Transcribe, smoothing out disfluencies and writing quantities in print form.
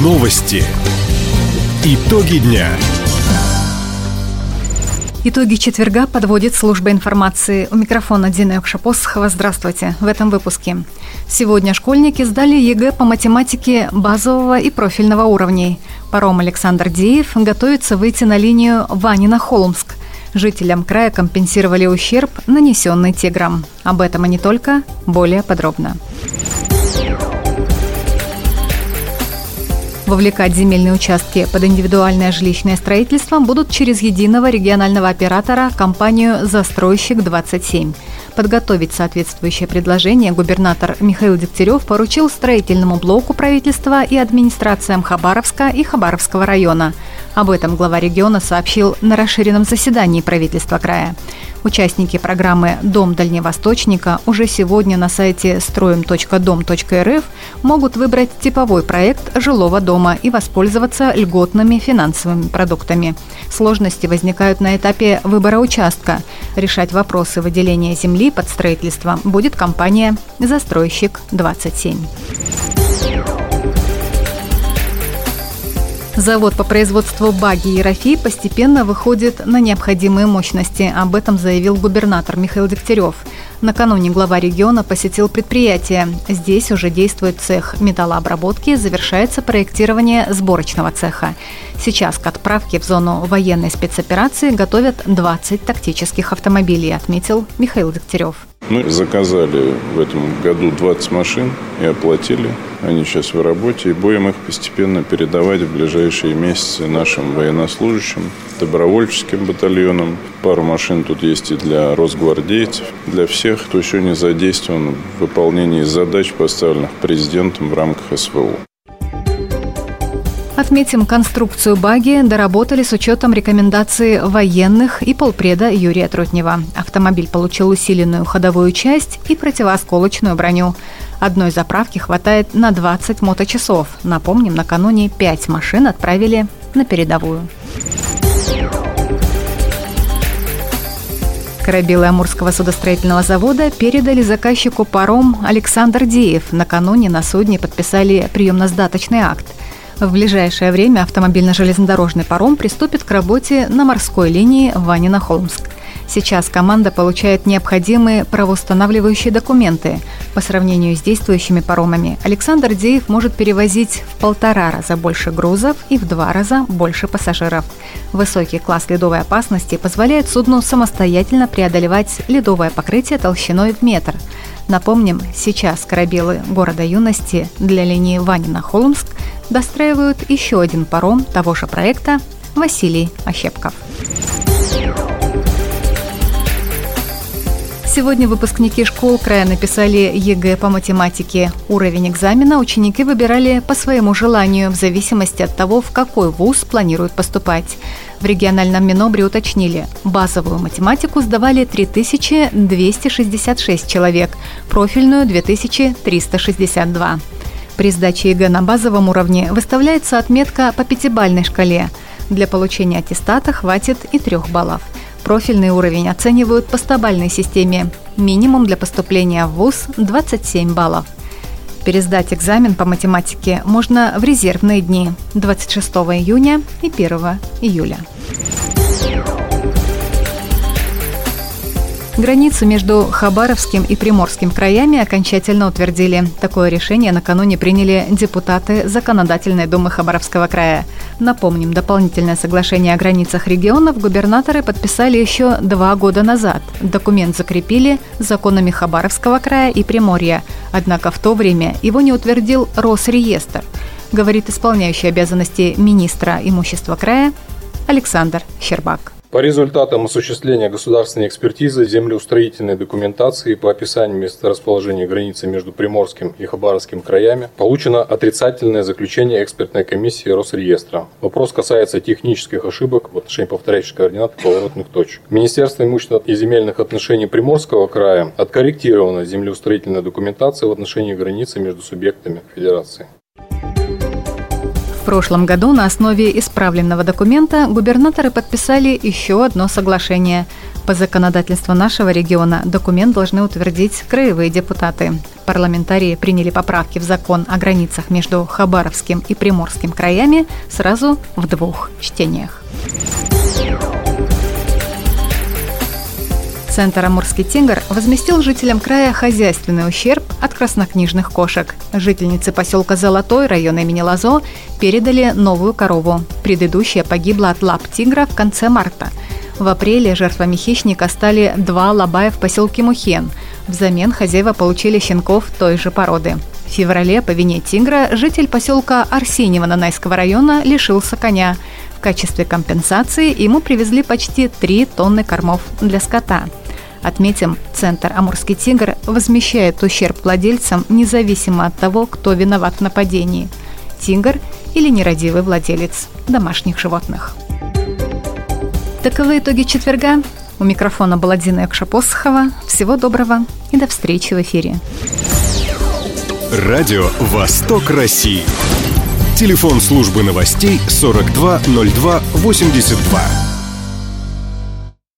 Новости. Итоги дня. Итоги четверга подводит служба информации. У микрофона Дина Якшапосхова. Здравствуйте. В этом выпуске. Сегодня школьники сдали ЕГЭ по математике базового и профильного уровней. Паром Александр Деев готовится выйти на линию Ванина-Холмск. Жителям края компенсировали ущерб, нанесенный «Тигром». Об этом и не только, более подробно. Вовлекать земельные участки под индивидуальное жилищное строительство будут через единого регионального оператора компанию «Застройщик-27». Подготовить соответствующее предложение губернатор Михаил Дегтярев поручил строительному блоку правительства и администрациям Хабаровска и Хабаровского района. Об этом глава региона сообщил на расширенном заседании правительства края. Участники программы «Дом дальневосточника» уже сегодня на сайте строим.дом.рф могут выбрать типовой проект жилого дома и воспользоваться льготными финансовыми продуктами. Сложности возникают на этапе выбора участка. Решать вопросы выделения земли под строительство будет компания «Застройщик-27». Завод по производству баги «Ерофей» постепенно выходит на необходимые мощности. Об этом заявил губернатор Михаил Дегтярев. Накануне глава региона посетил предприятие. Здесь уже действует цех металлообработки, завершается проектирование сборочного цеха. Сейчас к отправке в зону военной спецоперации готовят 20 тактических автомобилей, отметил Михаил Дегтярев. Мы заказали в этом году 20 машин и оплатили. Они сейчас в работе, и будем их постепенно передавать в ближайшие месяцы нашим военнослужащим, добровольческим батальонам. Пару машин тут есть и для росгвардейцев, для всех, кто еще не задействован в выполнении задач, поставленных президентом в рамках СВО. Отметим, конструкцию баги доработали с учетом рекомендаций военных и полпреда Юрия Трутнева. Автомобиль получил усиленную ходовую часть и противоосколочную броню. Одной заправки хватает на 20 моточасов. Напомним, накануне 5 машин отправили на передовую. Корабелы Амурского судостроительного завода передали заказчику паром Александр Деев. Накануне на судне подписали приемно-сдаточный акт. В ближайшее время автомобильно-железнодорожный паром приступит к работе на морской линии Ванина-Холмск. Сейчас команда получает необходимые правоустанавливающие документы. По сравнению с действующими паромами, Александр Деев может перевозить в 1,5 раза больше грузов и в 2 раза больше пассажиров. Высокий класс ледовой опасности позволяет судну самостоятельно преодолевать ледовое покрытие толщиной в метр. Напомним, сейчас корабелы города юности для линии Ванина-Холмск достраивают еще один паром того же проекта Василий Ощепков. Сегодня выпускники школ края написали ЕГЭ по математике. Уровень экзамена ученики выбирали по своему желанию, в зависимости от того, в какой вуз планируют поступать. В региональном Минобре уточнили, базовую математику сдавали 3266 человек, профильную – 2362. При сдаче ЕГЭ на базовом уровне выставляется отметка по 5-бальной шкале. Для получения аттестата хватит и 3 баллов. Профильный уровень оценивают по 100-бальной системе. Минимум для поступления в вуз – 27 баллов. Пересдать экзамен по математике можно в резервные дни – 26 июня и 1 июля. Границу между Хабаровским и Приморским краями окончательно утвердили. Такое решение накануне приняли депутаты Законодательной думы Хабаровского края. Напомним, дополнительное соглашение о границах регионов губернаторы подписали еще 2 года назад. Документ закрепили законами Хабаровского края и Приморья. Однако в то время его не утвердил Росреестр, говорит исполняющий обязанности министра имущества края Александр Щербак. По результатам осуществления государственной экспертизы землеустроительной документации по описанию месторасположения границы между Приморским и Хабаровским краями получено отрицательное заключение экспертной комиссии Росреестра. Вопрос касается технических ошибок в отношении повторяющих координат и поворотных точек. Министерство имущества и земельных отношений Приморского края откорректировано землеустроительная документация в отношении границы между субъектами Федерации. В прошлом году на основе исправленного документа губернаторы подписали еще одно соглашение. По законодательству нашего региона документ должны утвердить краевые депутаты. Парламентарии приняли поправки в закон о границах между Хабаровским и Приморским краями сразу в 2 чтениях. Центр «Амурский тигр» возместил жителям края хозяйственный ущерб от краснокнижных кошек. Жительницы поселка Золотой, района имени Лазо, передали новую корову. Предыдущая погибла от лап тигра в конце марта. В апреле жертвами хищника стали 2 лабая в поселке Мухен. Взамен хозяева получили щенков той же породы. В феврале по вине тигра житель поселка Арсеньево Нанайского района лишился коня. В качестве компенсации ему привезли почти 3 тонны кормов для скота. Отметим, Центр «Амурский тигр» возмещает ущерб владельцам независимо от того, кто виноват в нападении – тигр или нерадивый владелец домашних животных. Таковы итоги четверга. У микрофона была Дина Якшапосхова. Всего доброго и до встречи в эфире. Радио «Восток России». Телефон службы новостей 420282.